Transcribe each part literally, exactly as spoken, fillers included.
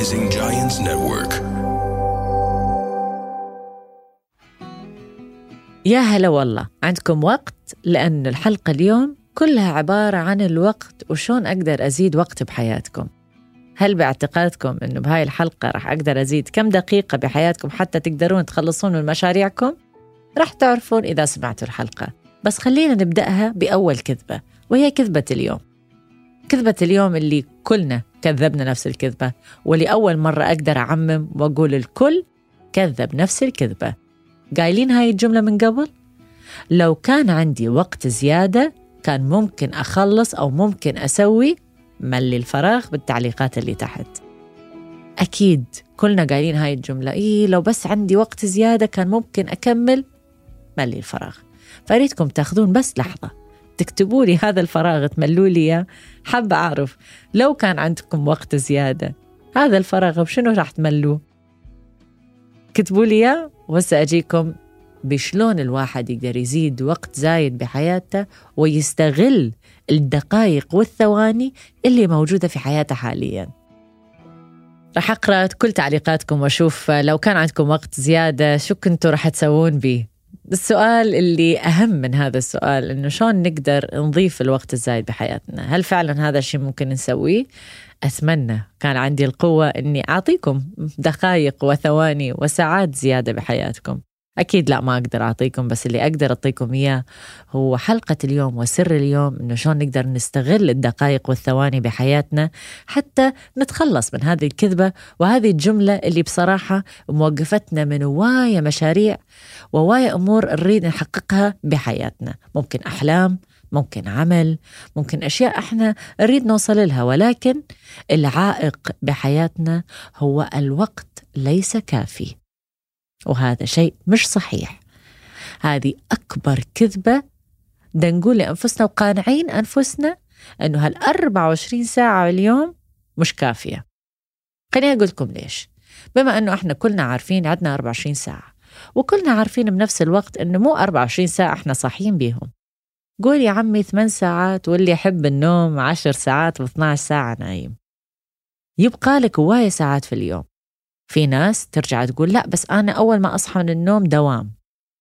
Rising Giants Network. يا هلا والله، عندكم وقت؟ لأن الحلقة اليوم كلها عبارة عن الوقت وشون أقدر أزيد وقت بحياتكم. هل باعتقادكم أنه بهاي الحلقة رح أقدر أزيد كم دقيقة بحياتكم حتى تقدرون تخلصون من مشاريعكم؟ رح تعرفون إذا سمعتوا الحلقة. بس خلينا نبدأها بأول كذبة، وهي كذبة اليوم. كذبة اليوم اللي كلنا كذبنا نفس الكذبة، واللي أول مرة أقدر أعمم وأقول الكل كذب نفس الكذبة. قايلين هاي الجملة من قبل؟ لو كان عندي وقت زيادة كان ممكن أخلص أو ممكن أسوي. ملي الفراغ بالتعليقات اللي تحت. أكيد كلنا قايلين هاي الجملة، إيه لو بس عندي وقت زيادة كان ممكن أكمل. ملي الفراغ. فأريدكم تاخذون بس لحظة تكتبوا لي هذا الفراغ، تملوا لي. حابة أعرف لو كان عندكم وقت زيادة هذا الفراغ بشنو راح تملوه؟ كتبوا لي وسأجيكم بشلون الواحد يقدر يزيد وقت زايد بحياته ويستغل الدقائق والثواني اللي موجودة في حياته حالياً. رح أقرأ كل تعليقاتكم وأشوف لو كان عندكم وقت زيادة شو كنتوا رح تسوون به. السؤال اللي أهم من هذا السؤال إنه شون نقدر نضيف الوقت الزايد بحياتنا. هل فعلاً هذا الشيء ممكن نسويه؟ أتمنى كان عندي القوة إني أعطيكم دقائق وثواني وساعات زيادة بحياتكم. أكيد لا، ما أقدر أعطيكم، بس اللي أقدر أعطيكم إياه هو حلقة اليوم وسر اليوم، إنه شلون نقدر نستغل الدقائق والثواني بحياتنا حتى نتخلص من هذه الكذبة وهذه الجملة اللي بصراحة موقفتنا من وايا مشاريع ووايا أمور نريد نحققها بحياتنا. ممكن أحلام، ممكن عمل، ممكن أشياء إحنا نريد نوصل لها، ولكن العائق بحياتنا هو الوقت ليس كافي. وهذا شيء مش صحيح. هذه أكبر كذبة دا نقول لأنفسنا وقانعين أنفسنا أنه هالأربع وعشرين ساعة اليوم مش كافية. خليني أقول لكم ليش. بما أنه إحنا كلنا عارفين عدنا أربع وعشرين ساعة، وكلنا عارفين بنفس الوقت أنه مو أربع وعشرين ساعة إحنا صاحيين بيهم. قول يا عمي ثمان ساعات، واللي يحب النوم عشر ساعات واثنى عشر ساعة نايم. يبقى لك هواية ساعات في اليوم. في ناس ترجع تقول لا بس أنا أول ما أصحى من النوم دوام،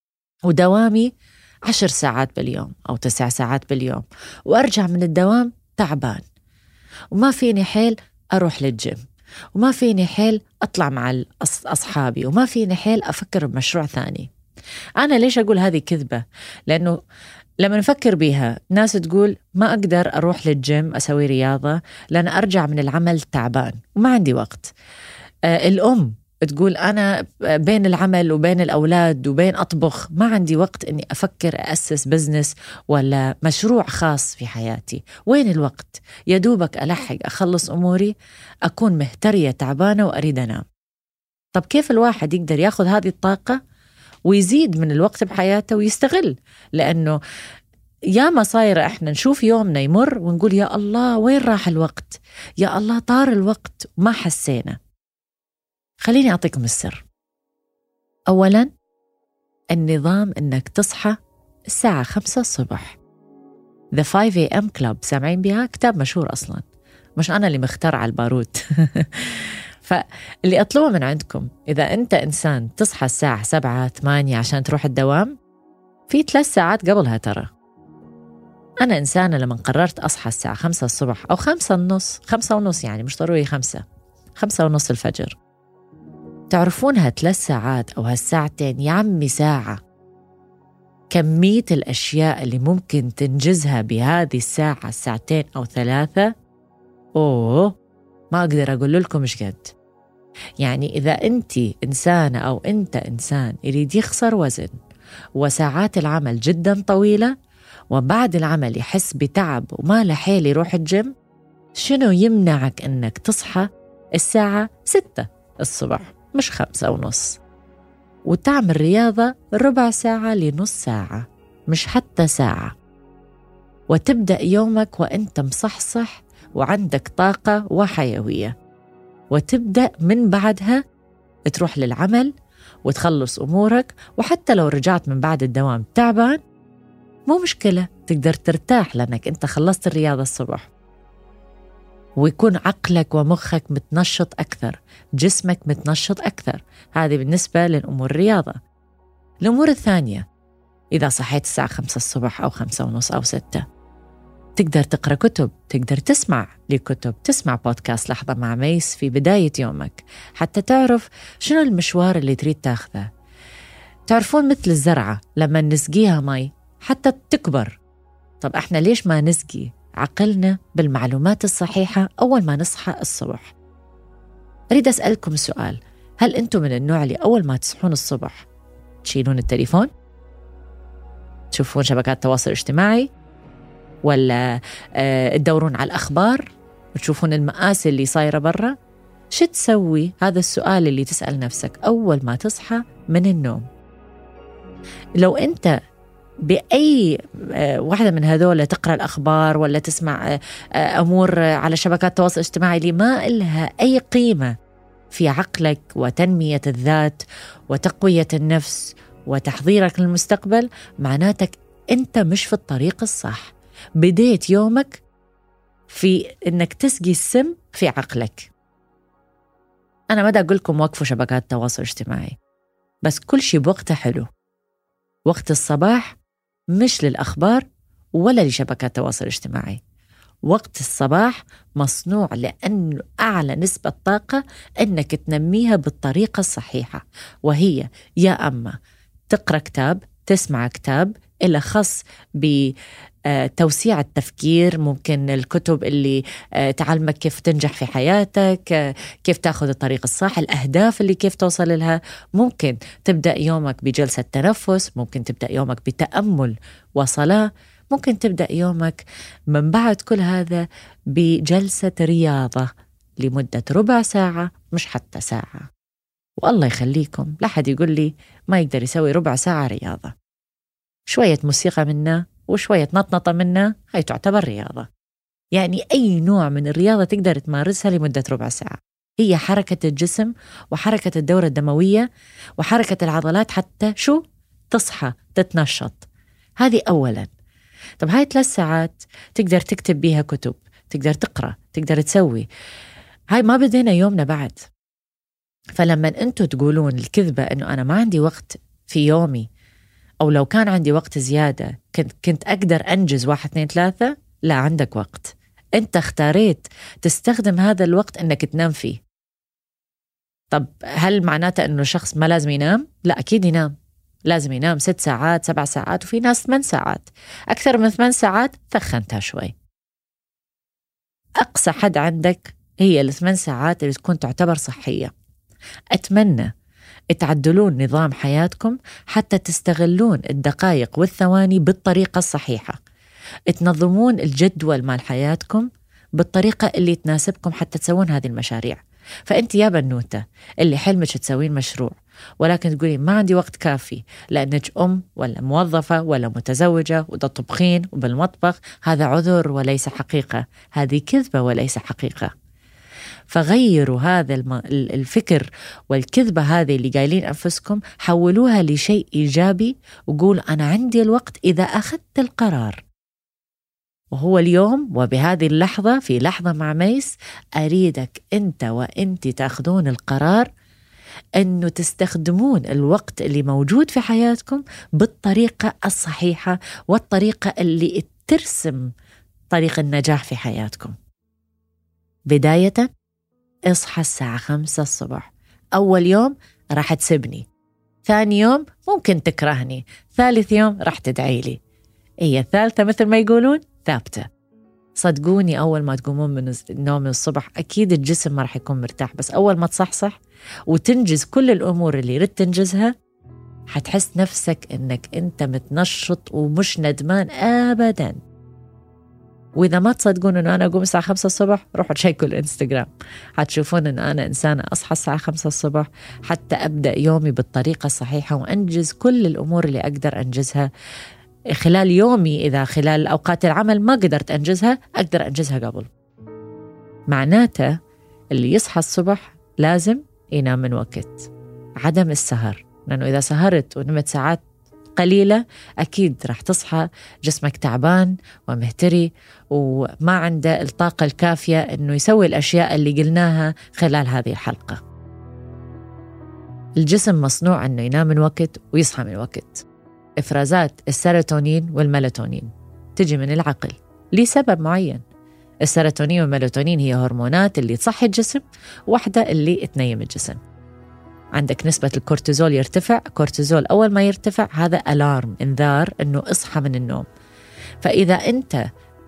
ودوامي عشر ساعات باليوم أو تسع ساعات باليوم، وأرجع من الدوام تعبان وما فيني حيل أروح للجيم، وما فيني حيل أطلع مع أصحابي، وما فيني حيل أفكر بمشروع ثاني. أنا ليش أقول هذه كذبة؟ لأنه لما نفكر بيها ناس تقول ما أقدر أروح للجيم أسوي رياضة لأن أرجع من العمل تعبان وما عندي وقت. آه الأم تقول أنا بين العمل وبين الأولاد وبين أطبخ ما عندي وقت أني أفكر أسس بزنس ولا مشروع خاص في حياتي. وين الوقت؟ يا دوبك ألحق أخلص أموري أكون مهترية تعبانة وأريد أنام. طب كيف الواحد يقدر يأخذ هذه الطاقة ويزيد من الوقت بحياته ويستغل؟ لأنه يا ما صايرة إحنا نشوف يومنا يمر ونقول يا الله وين راح الوقت، يا الله طار الوقت وما حسينا. خليني أعطيكم السر. أولاً النظام إنك تصحى الساعة خمسة الصبح. The five a m Club، سامعين بها؟ كتاب مشهور أصلاً، مش أنا اللي مخترع البارود. فاللي أطلبه من عندكم إذا أنت إنسان تصحى الساعة سبعة ثمانية عشان تروح الدوام، في ثلاث ساعات قبلها ترى. أنا إنسانة لما قررت أصحى الساعة خمسة الصبح أو خمسة ونص، خمسة ونص يعني مش ضروري خمسة، خمسة ونص الفجر، تعرفون هالثلاث ساعات أو هالساعتين يا عمي ساعة، كمية الأشياء اللي ممكن تنجزها بهذه الساعة الساعتين أو ثلاثة، أوه ما أقدر أقول لكم مش قد. يعني إذا أنت إنسانة أو أنت إنسان يريد يخسر وزن وساعات العمل جدا طويلة وبعد العمل يحس بتعب وما لحيل يروح الجيم، شنو يمنعك أنك تصحى الساعة ستة الصبح مش خمسة ونص وتعمل رياضة ربع ساعة لنص ساعة مش حتى ساعة، وتبدأ يومك وأنت مصحصح وعندك طاقة وحيوية، وتبدأ من بعدها تروح للعمل وتخلص أمورك. وحتى لو رجعت من بعد الدوام تعبان مو مشكلة، تقدر ترتاح لأنك أنت خلصت الرياضة الصبح. ويكون عقلك ومخك متنشط أكثر، جسمك متنشط أكثر. هذه بالنسبة للأمور الرياضة. الأمور الثانية، إذا صحيت الساعة خمسة الصبح أو خمسة ونص أو ستة، تقدر تقرأ كتب، تقدر تسمع لكتب، تسمع بودكاست لحظة مع ميس في بداية يومك حتى تعرف شنو المشوار اللي تريد تاخذه. تعرفون مثل الزرعة لما نسقيها مي حتى تكبر. طب احنا ليش ما نسقي عقلنا بالمعلومات الصحيحة أول ما نصحى الصبح؟ أريد أسألكم سؤال، هل أنتم من النوع اللي أول ما تصحون الصبح تشيلون التليفون؟ تشوفون شبكات التواصل الاجتماعي؟ ولا اه تدورون على الأخبار وتشوفون المآسي اللي صايرة برا؟ شو تسوي؟ هذا السؤال اللي تسأل نفسك أول ما تصحى من النوم. لو أنت بأي واحدة من هذول تقرأ الأخبار ولا تسمع أمور على شبكات التواصل الاجتماعي اللي ما إلها أي قيمة في عقلك وتنمية الذات وتقوية النفس وتحضيرك للمستقبل، معناتك أنت مش في الطريق الصح. بديت يومك في أنك تسقي السم في عقلك. أنا ما دا أقول لكم وقفوا شبكات التواصل الاجتماعي، بس كل شيء بوقته حلو. وقت الصباح مش للأخبار ولا لشبكات التواصل الاجتماعي. وقت الصباح مصنوع لأنه أعلى نسبة طاقة أنك تنميها بالطريقة الصحيحة، وهي يا أما تقرأ كتاب، تسمع كتاب إلا خاص بتوسيع التفكير، ممكن الكتب اللي تعلمك كيف تنجح في حياتك، كيف تأخذ الطريق الصح، الأهداف اللي كيف توصل لها. ممكن تبدأ يومك بجلسة تنفس، ممكن تبدأ يومك بتأمل وصلاة، ممكن تبدأ يومك من بعد كل هذا بجلسة رياضة لمدة ربع ساعة مش حتى ساعة. والله يخليكم لا حد يقول لي ما يقدر يسوي ربع ساعة رياضة. شوية موسيقى منا وشوية نطنطة منا هاي تعتبر رياضة. يعني أي نوع من الرياضة تقدر تمارسها لمدة ربع ساعة. هي حركة الجسم وحركة الدورة الدموية وحركة العضلات حتى شو تصحى تتنشط. هذه أولاً. طب هاي ثلاث ساعات تقدر تكتب بيها كتب، تقدر تقرأ، تقدر تسوي. هاي ما بدينا يومنا بعد. فلما أنتوا تقولون الكذبة أنه أنا ما عندي وقت في يومي، أو لو كان عندي وقت زيادة كنت, كنت أقدر أنجز واحد اثنين ثلاثة، لا عندك وقت. أنت اختاريت تستخدم هذا الوقت أنك تنام فيه. طب هل معناته أنه شخص ما لازم ينام؟ لا أكيد ينام، لازم ينام ست ساعات سبع ساعات، وفي ناس ثمان ساعات. أكثر من ثمان ساعات ثخنتها شوي. أقصى حد عندك هي الثمان ساعات اللي تكون تعتبر صحية. أتمنى تعدلون نظام حياتكم حتى تستغلون الدقائق والثواني بالطريقة الصحيحة. تنظمون الجدول مال حياتكم بالطريقة اللي تناسبكم حتى تسوون هذه المشاريع. فأنت يا بنوتة اللي حلمك تسوين مشروع ولكن تقولي ما عندي وقت كافي لأنك أم ولا موظفة ولا متزوجة وتطبخين وبالمطبخ، هذا عذر وليس حقيقة، هذه كذبة وليس حقيقة. فغيروا هذا الفكر والكذبة هذه اللي قايلين أنفسكم، حولوها لشيء إيجابي وقول أنا عندي الوقت إذا أخذت القرار. وهو اليوم وبهذه اللحظة في لحظة مع ميس أريدك أنت وأنت تأخذون القرار أنه تستخدمون الوقت اللي موجود في حياتكم بالطريقة الصحيحة والطريقة اللي ترسم طريق النجاح في حياتكم. بداية اصحى الساعة خمسة الصبح. أول يوم راح تسبني، ثاني يوم ممكن تكرهني، ثالث يوم راح تدعي لي. هي الثالثة مثل ما يقولون ثابتة. صدقوني أول ما تقومون من النوم الصبح أكيد الجسم ما راح يكون مرتاح، بس أول ما تصحصح وتنجز كل الأمور اللي رد تنجزها حتحس نفسك إنك أنت متنشط ومش ندمان أبداً. وإذا ما تصدقون أنه أنا أقوم الساعة خمسة الصبح روحوا تشيكوا الإنستغرام، هتشوفون أنه أنا إنسانة أصحى الساعة خمسة الصبح حتى أبدأ يومي بالطريقة الصحيحة وأنجز كل الأمور اللي أقدر أنجزها خلال يومي. إذا خلال أوقات العمل ما قدرت أنجزها أقدر أنجزها قبل. معناته اللي يصحى الصبح لازم ينام من وقت، عدم السهر، لأنه إذا سهرت ونمت ساعات قليلة أكيد رح تصحى جسمك تعبان ومهتري وما عنده الطاقة الكافية إنه يسوي الأشياء اللي قلناها خلال هذه الحلقة. الجسم مصنوع إنه ينام من وقت ويصحى من وقت. إفرازات السيروتونين والميلاتونين تجي من العقل لسبب معين. السيروتونين والميلاتونين هي هرمونات اللي تصحي الجسم، واحدة اللي تنيم الجسم. عندك نسبة الكورتيزول يرتفع، كورتيزول أول ما يرتفع هذا ألارم، إنذار إنه اصحى من النوم. فإذا أنت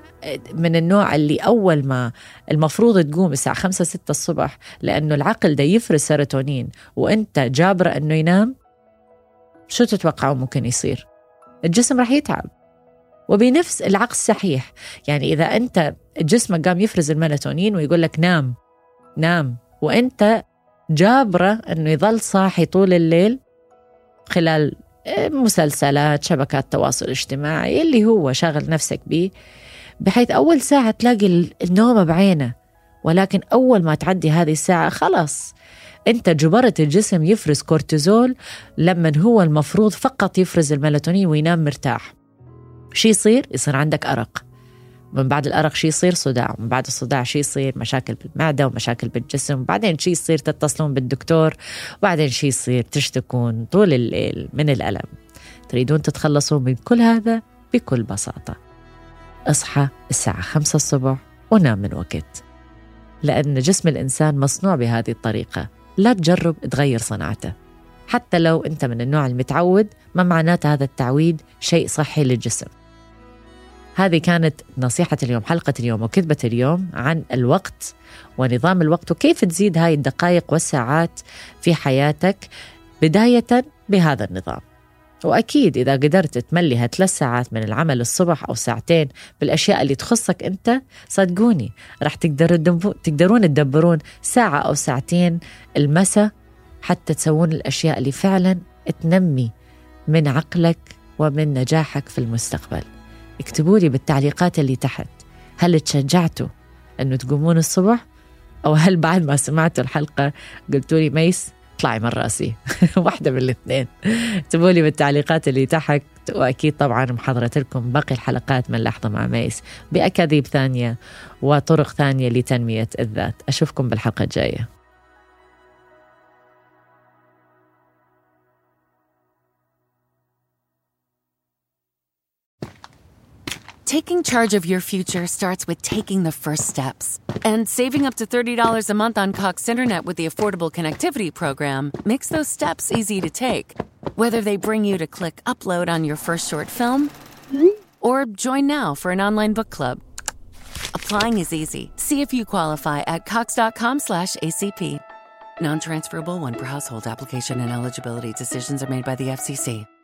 من النوع اللي أول ما المفروض تقوم الساعة خمسة ستة الصبح لأنه العقل دا يفرز سيروتونين وأنت جابرة أنه ينام، شو تتوقعوا ممكن يصير؟ الجسم رح يتعب. وبنفس العكس صحيح، يعني إذا أنت جسمك قام يفرز الميلاتونين ويقول لك نام نام وأنت جابرة أنه يظل صاحي طول الليل خلال مسلسلات، شبكات تواصل اجتماعي اللي هو شاغل نفسك به، بحيث أول ساعة تلاقي النوم بعينه، ولكن أول ما تعدي هذه الساعة خلاص أنت جبرت الجسم يفرز كورتيزول لما هو المفروض فقط يفرز الميلاتونين وينام مرتاح. شي يصير؟ يصير عندك أرق، من بعد الأرق شي يصير صداع، من بعد الصداع شي يصير مشاكل بالمعدة ومشاكل بالجسم، وبعدين شي يصير تتصلون بالدكتور، وبعدين شي يصير تشتكون طول الليل من الألم. تريدون تتخلصون من كل هذا بكل بساطة، اصحى الساعة خمسة الصبح ونام من وقت، لأن جسم الإنسان مصنوع بهذه الطريقة. لا تجرب تغير صناعته، حتى لو أنت من النوع المتعود، ما معناته هذا التعويد شيء صحي للجسم. هذه كانت نصيحة اليوم، حلقة اليوم وكذبة اليوم عن الوقت ونظام الوقت وكيف تزيد هاي الدقائق والساعات في حياتك بداية بهذا النظام. وأكيد إذا قدرت تمليها ثلاث ساعات من العمل الصبح أو ساعتين بالأشياء اللي تخصك أنت، صدقوني رح تقدرون تقدرون تدبرون ساعة أو ساعتين المساء حتى تسوون الأشياء اللي فعلا تنمي من عقلك ومن نجاحك في المستقبل. اكتبوا لي بالتعليقات اللي تحت، هل تشجعتوا أنه تقومون الصبح، أو هل بعد ما سمعتوا الحلقة قلتوا لي ميس طلعي من رأسي؟ واحدة من الاثنين. اكتبوا لي بالتعليقات اللي تحت. وأكيد طبعا محضرة لكم باقي الحلقات من لحظة مع ميس بأكاذيب ثانية وطرق ثانية لتنمية الذات. أشوفكم بالحلقة الجاية. Taking charge of your future starts with taking the first steps. And saving up to thirty dollars a month on Cox Internet with the Affordable Connectivity Program makes those steps easy to take. Whether they bring you to click upload on your first short film or join now for an online book club. Applying is easy. See if you qualify at cox.com slash ACP. Non-transferable one per household. Application and eligibility decisions are made by the F C C.